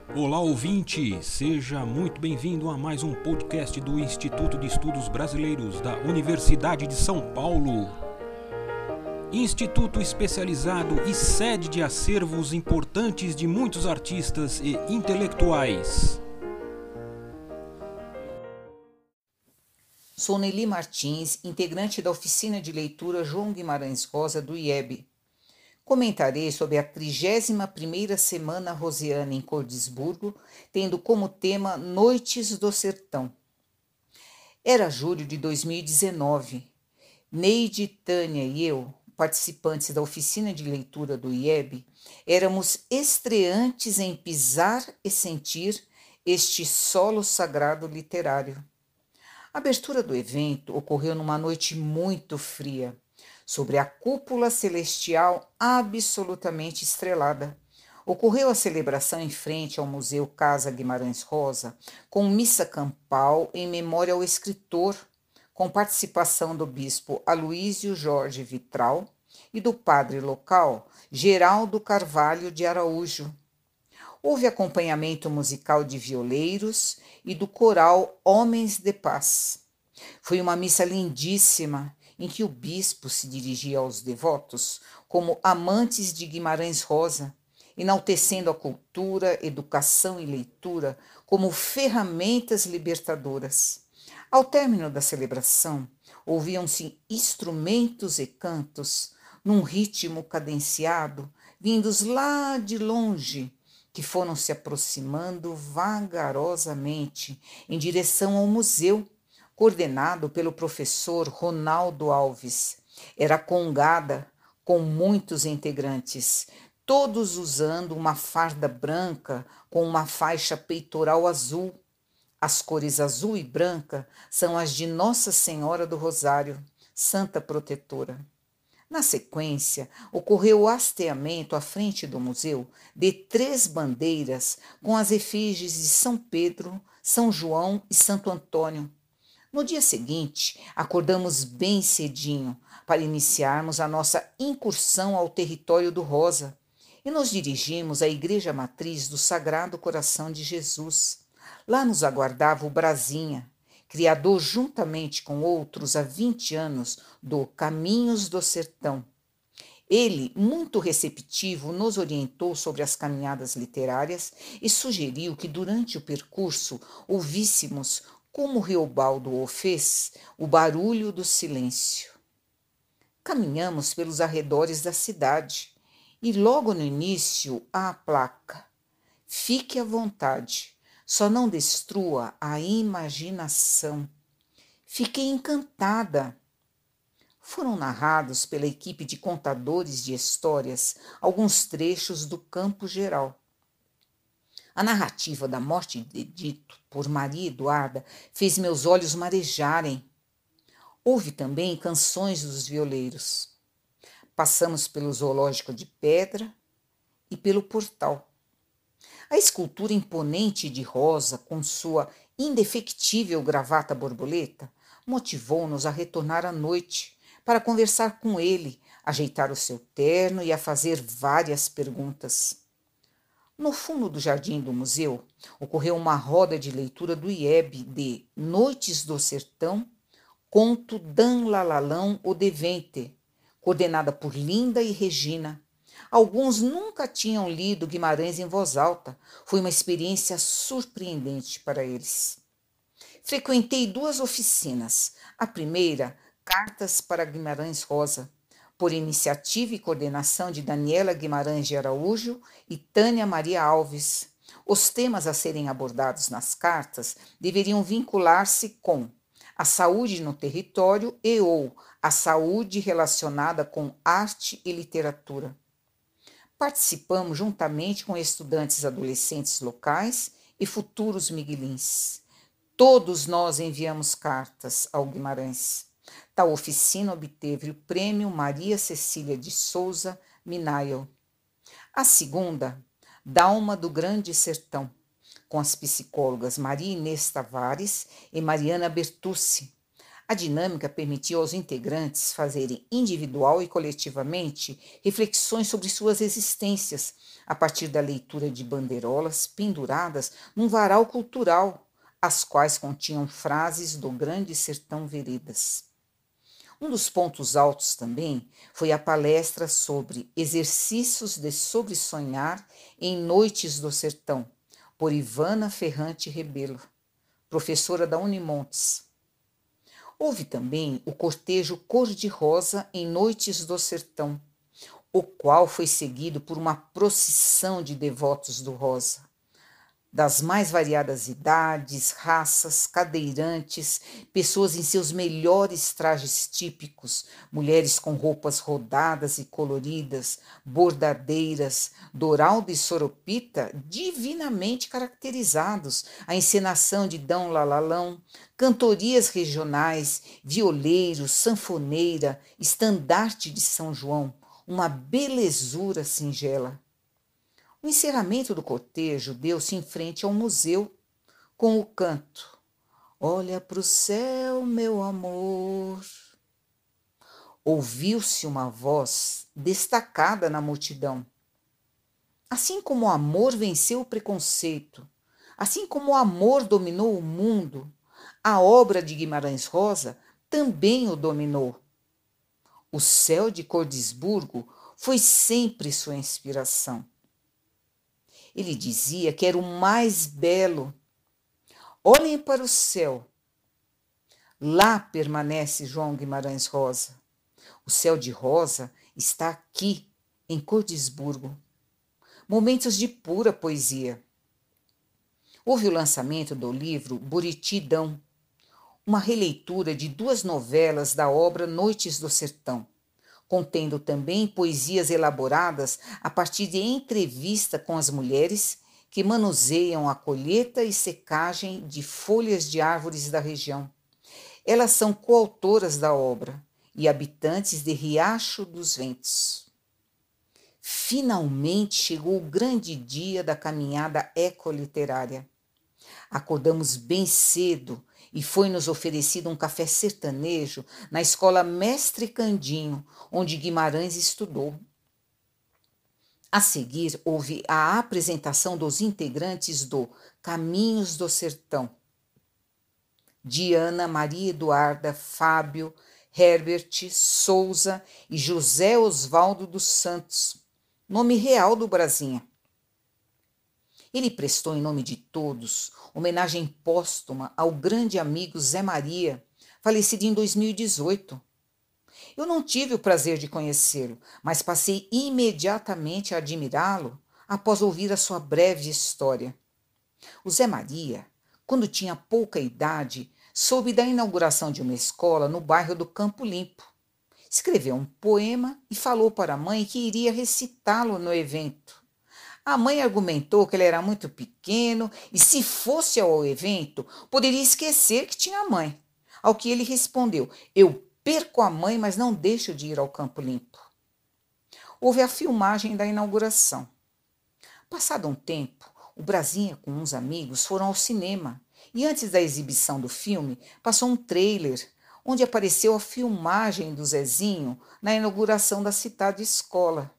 Olá ouvinte, seja muito bem-vindo a mais um podcast do Instituto de Estudos Brasileiros da Universidade de São Paulo. Instituto especializado e sede de acervos importantes de muitos artistas e intelectuais. Sou Nelly Martins, integrante da oficina de leitura João Guimarães Rosa do IEB. Comentarei sobre a 31ª Semana Rosiana em Cordisburgo, tendo como tema Noites do Sertão. Era julho de 2019. Neide, Tânia e eu, participantes da oficina de leitura do IEB, éramos estreantes em pisar e sentir este solo sagrado literário. A abertura do evento ocorreu numa noite muito fria, sobre a cúpula celestial absolutamente estrelada. Ocorreu a celebração em frente ao Museu Casa Guimarães Rosa, com missa campal em memória ao escritor, com participação do bispo Aloísio Jorge Vitral e do padre local Geraldo Carvalho de Araújo. Houve acompanhamento musical de violeiros e do coral Homens de Paz. Foi uma missa lindíssima, em que o bispo se dirigia aos devotos como amantes de Guimarães Rosa, enaltecendo a cultura, educação e leitura como ferramentas libertadoras. Ao término da celebração, ouviam-se instrumentos e cantos, num ritmo cadenciado, vindos lá de longe, que foram se aproximando vagarosamente em direção ao museu, coordenado pelo professor Ronaldo Alves. Era congada com muitos integrantes, todos usando uma farda branca com uma faixa peitoral azul. As cores azul e branca são as de Nossa Senhora do Rosário, Santa Protetora. Na sequência, ocorreu o hasteamento à frente do museu de 3 bandeiras com as efígies de São Pedro, São João e Santo Antônio. No dia seguinte, acordamos bem cedinho para iniciarmos a nossa incursão ao território do Rosa e nos dirigimos à Igreja Matriz do Sagrado Coração de Jesus. Lá nos aguardava o Brasinha, criador juntamente com outros há 20 anos do Caminhos do Sertão. Ele, muito receptivo, nos orientou sobre as caminhadas literárias e sugeriu que durante o percurso ouvíssemos, como Riobaldo o fez, o barulho do silêncio. Caminhamos pelos arredores da cidade e logo no início há a placa: fique à vontade, só não destrua a imaginação. Fiquei encantada. Foram narrados pela equipe de contadores de histórias alguns trechos do Campo Geral. A narrativa da morte de Edito por Maria Eduarda fez meus olhos marejarem. Houve também canções dos violeiros. Passamos pelo Zoológico de Pedra e pelo Portal. A escultura imponente de Rosa, com sua indefectível gravata borboleta, motivou-nos a retornar à noite para conversar com ele, ajeitar o seu terno e a fazer várias perguntas. No fundo do jardim do museu, ocorreu uma roda de leitura do IEB de Noites do Sertão, conto Dan Lalalão o Devente, coordenada por Linda e Regina. Alguns nunca tinham lido Guimarães em voz alta. Foi uma experiência surpreendente para eles. Frequentei 2 oficinas. A primeira, Cartas para Guimarães Rosa, por iniciativa e coordenação de Daniela Guimarães de Araújo e Tânia Maria Alves. Os temas a serem abordados nas cartas deveriam vincular-se com a saúde no território e ou a saúde relacionada com arte e literatura. Participamos juntamente com estudantes adolescentes locais e futuros miguelins. Todos nós enviamos cartas ao Guimarães. Tal oficina obteve o prêmio Maria Cecília de Souza Minayo. A segunda, Dalma do Grande Sertão, com as psicólogas Maria Inês Tavares e Mariana Bertucci. A dinâmica permitiu aos integrantes fazerem individual e coletivamente reflexões sobre suas existências, a partir da leitura de bandeirolas penduradas num varal cultural, as quais continham frases do Grande Sertão Veredas. Um dos pontos altos também foi a palestra sobre exercícios de sobressonhar em Noites do Sertão, por Ivana Ferrante Rebelo, professora da Unimontes. Houve também o cortejo cor-de-rosa em Noites do Sertão, o qual foi seguido por uma procissão de devotos do rosa, das mais variadas idades, raças, cadeirantes, pessoas em seus melhores trajes típicos, mulheres com roupas rodadas e coloridas, bordadeiras, Doraldo e Soropita divinamente caracterizados, a encenação de Dão Lalalão, cantorias regionais, violeiros, sanfoneira, estandarte de São João, uma belezura singela. O encerramento do cortejo deu-se em frente ao museu, com o canto "Olha pro céu, meu amor". Ouviu-se uma voz destacada na multidão. Assim como o amor venceu o preconceito, assim como o amor dominou o mundo, a obra de Guimarães Rosa também o dominou. O céu de Cordisburgo foi sempre sua inspiração. Ele dizia que era o mais belo. Olhem para o céu. Lá permanece João Guimarães Rosa. O céu de rosa está aqui, em Cordisburgo. Momentos de pura poesia. Houve o lançamento do livro Buritidão, uma releitura de 2 novelas da obra Noites do Sertão, contendo também poesias elaboradas a partir de entrevista com as mulheres que manuseiam a colheita e secagem de folhas de árvores da região. Elas são coautoras da obra e habitantes de Riacho dos Ventos. Finalmente chegou o grande dia da caminhada ecoliterária. Acordamos bem cedo e foi-nos oferecido um café sertanejo na escola Mestre Candinho, onde Guimarães estudou. A seguir, houve a apresentação dos integrantes do Caminhos do Sertão. Diana, Maria Eduarda, Fábio, Herbert, Souza e José Osvaldo dos Santos, nome real do Brasinha. Ele prestou, em nome de todos, homenagem póstuma ao grande amigo Zé Maria, falecido em 2018. Eu não tive o prazer de conhecê-lo, mas passei imediatamente a admirá-lo após ouvir a sua breve história. O Zé Maria, quando tinha pouca idade, soube da inauguração de uma escola no bairro do Campo Limpo. Escreveu um poema e falou para a mãe que iria recitá-lo no evento. A mãe argumentou que ele era muito pequeno e, se fosse ao evento, poderia esquecer que tinha mãe. Ao que ele respondeu: "Eu perco a mãe, mas não deixo de ir ao Campo Limpo". Houve a filmagem da inauguração. Passado um tempo, o Brasinha com uns amigos foram ao cinema e, antes da exibição do filme, passou um trailer onde apareceu a filmagem do Zezinho na inauguração da citada escola.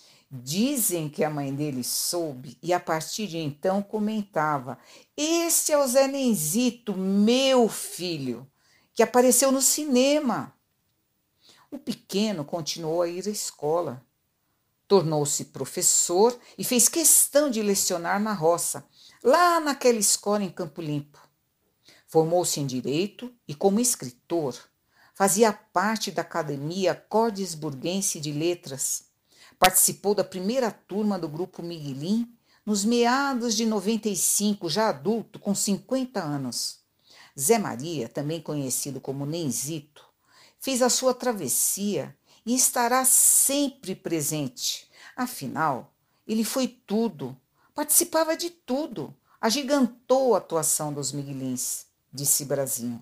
Dizem que a mãe dele soube e, a partir de então, comentava: "Esse é o Zé Nenzito, meu filho, que apareceu no cinema". O pequeno continuou a ir à escola. Tornou-se professor e fez questão de lecionar na roça, lá naquela escola em Campo Limpo. Formou-se em Direito e, como escritor, fazia parte da Academia Cordisburguense de Letras. Participou da primeira turma do Grupo Miguelim nos meados de 95, já adulto, com 50 anos. Zé Maria, também conhecido como Nenzito, fez a sua travessia e estará sempre presente. Afinal, ele foi tudo, participava de tudo, agigantou a atuação dos miguelins, disse Brasinha.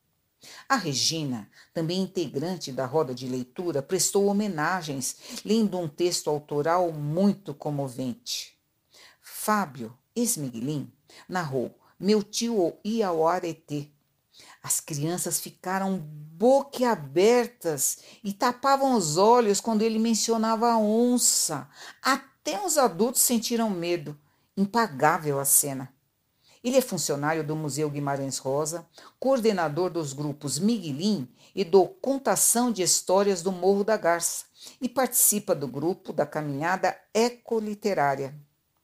A Regina, também integrante da roda de leitura, prestou homenagens, lendo um texto autoral muito comovente. Fábio, ex-miguelim, narrou "Meu tio ia ao Aretê", As crianças ficaram boquiabertas e tapavam os olhos quando ele mencionava a onça. Até os adultos sentiram medo. Impagável a cena. Ele é funcionário do Museu Guimarães Rosa, coordenador dos grupos Miguelim e do Contação de Histórias do Morro da Garça e participa do grupo da caminhada ecoliterária.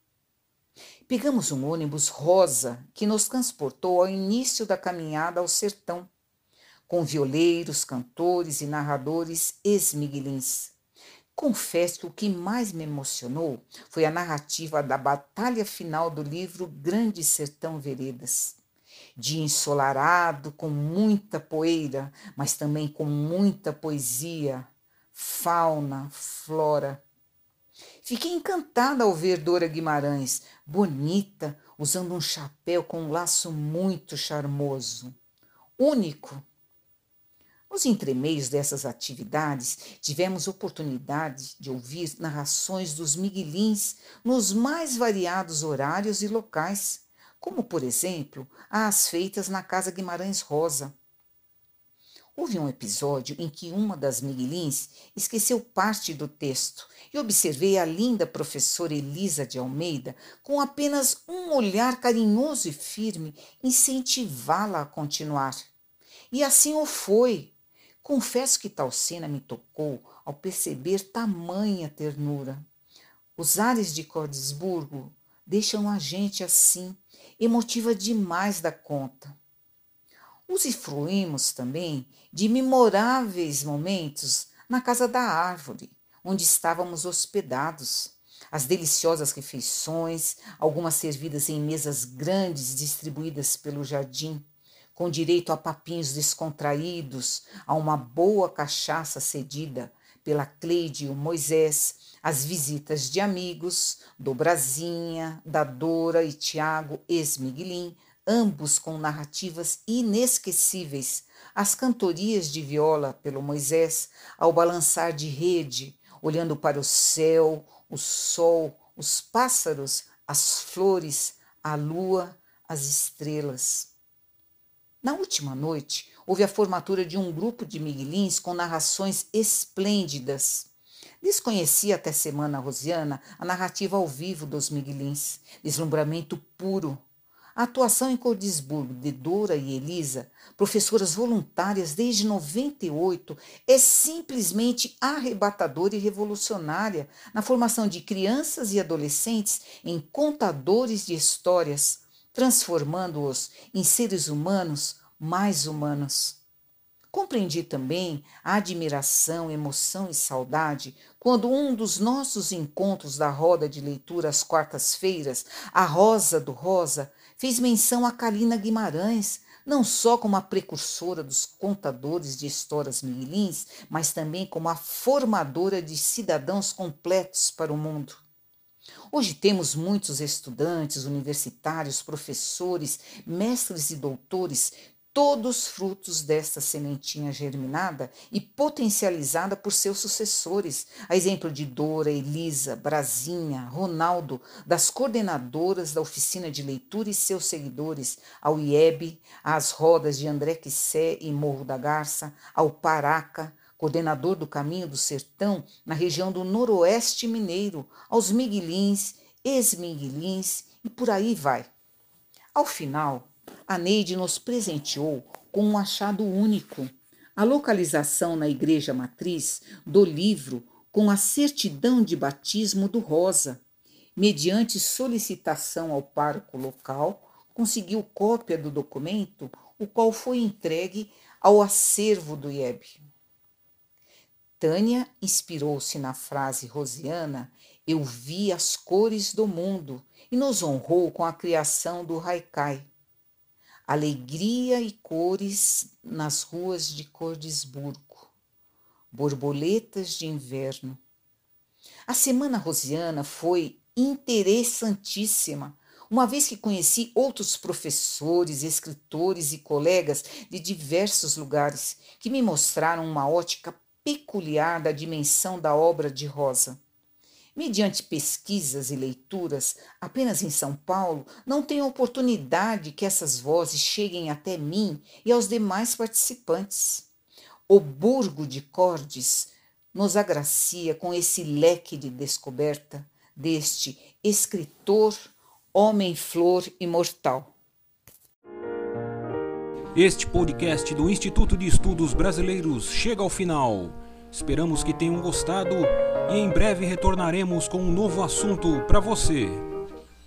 Pegamos um ônibus rosa que nos transportou ao início da caminhada ao sertão, com violeiros, cantores e narradores ex-miguelins. Confesso que o que mais me emocionou foi a narrativa da batalha final do livro Grande Sertão Veredas. Dia ensolarado, com muita poeira, mas também com muita poesia, fauna, flora. Fiquei encantada ao ver Dora Guimarães, bonita, usando um chapéu com um laço muito charmoso. Único. Nos entremeios dessas atividades, tivemos oportunidade de ouvir narrações dos miguelins nos mais variados horários e locais, como, por exemplo, as feitas na Casa Guimarães Rosa. Houve um episódio em que uma das miguelins esqueceu parte do texto e observei a linda professora Elisa de Almeida, com apenas um olhar carinhoso e firme, incentivá-la a continuar. E assim o foi. Confesso que tal cena me tocou ao perceber tamanha ternura. Os ares de Cordesburgo deixam a gente assim, emotiva demais da conta. Usufruímos também de memoráveis momentos na Casa da Árvore, onde estávamos hospedados. As deliciosas refeições, algumas servidas em mesas grandes distribuídas pelo jardim, com direito a papinhos descontraídos, a uma boa cachaça cedida pela Cleide e o Moisés, as visitas de amigos, do Brasinha, da Dora e Tiago ex-Miguelim, ambos com narrativas inesquecíveis, as cantorias de viola pelo Moisés, ao balançar de rede, olhando para o céu, o sol, os pássaros, as flores, a lua, as estrelas. Na última noite, houve a formatura de um grupo de miguelins com narrações esplêndidas. Desconhecia até semana rosiana a narrativa ao vivo dos miguelins, deslumbramento puro. A atuação em Cordesburgo de Dora e Elisa, professoras voluntárias desde 98, é simplesmente arrebatadora e revolucionária na formação de crianças e adolescentes em contadores de histórias, transformando-os em seres humanos mais humanos. Compreendi também a admiração, emoção e saudade quando um dos nossos encontros da roda de leitura às quartas-feiras, a Rosa do Rosa, fez menção a Carina Guimarães, não só como a precursora dos contadores de histórias miguelins, mas também como a formadora de cidadãos completos para o mundo. Hoje temos muitos estudantes, universitários, professores, mestres e doutores, todos frutos desta sementinha germinada e potencializada por seus sucessores, a exemplo de Dora, Elisa, Brasinha, Ronaldo, das coordenadoras da oficina de leitura e seus seguidores, ao IEB, às rodas de André Quissé e Morro da Garça, ao Paraca, coordenador do Caminho do Sertão na região do Noroeste Mineiro, aos miguelins, ex-miguelins e por aí vai. Ao final, a Neide nos presenteou com um achado único, a localização na Igreja Matriz do livro com a certidão de batismo do Rosa. Mediante solicitação ao pároco local, conseguiu cópia do documento, o qual foi entregue ao acervo do IEB. Tânia inspirou-se na frase rosiana "Eu vi as cores do mundo" e nos honrou com a criação do Haikai. Alegria e cores nas ruas de Cordesburgo. Borboletas de inverno. A Semana Rosiana foi interessantíssima, uma vez que conheci outros professores, escritores e colegas de diversos lugares que me mostraram uma ótica peculiar da dimensão da obra de Rosa. mediante pesquisas e leituras, apenas em São Paulo, não tenho oportunidade que essas vozes cheguem até mim e aos demais participantes. O Burgo de Cordes nos agracia com esse leque de descoberta deste escritor, homem-flor imortal. Este podcast do Instituto de Estudos Brasileiros chega ao final. Esperamos que tenham gostado e em breve retornaremos com um novo assunto para você.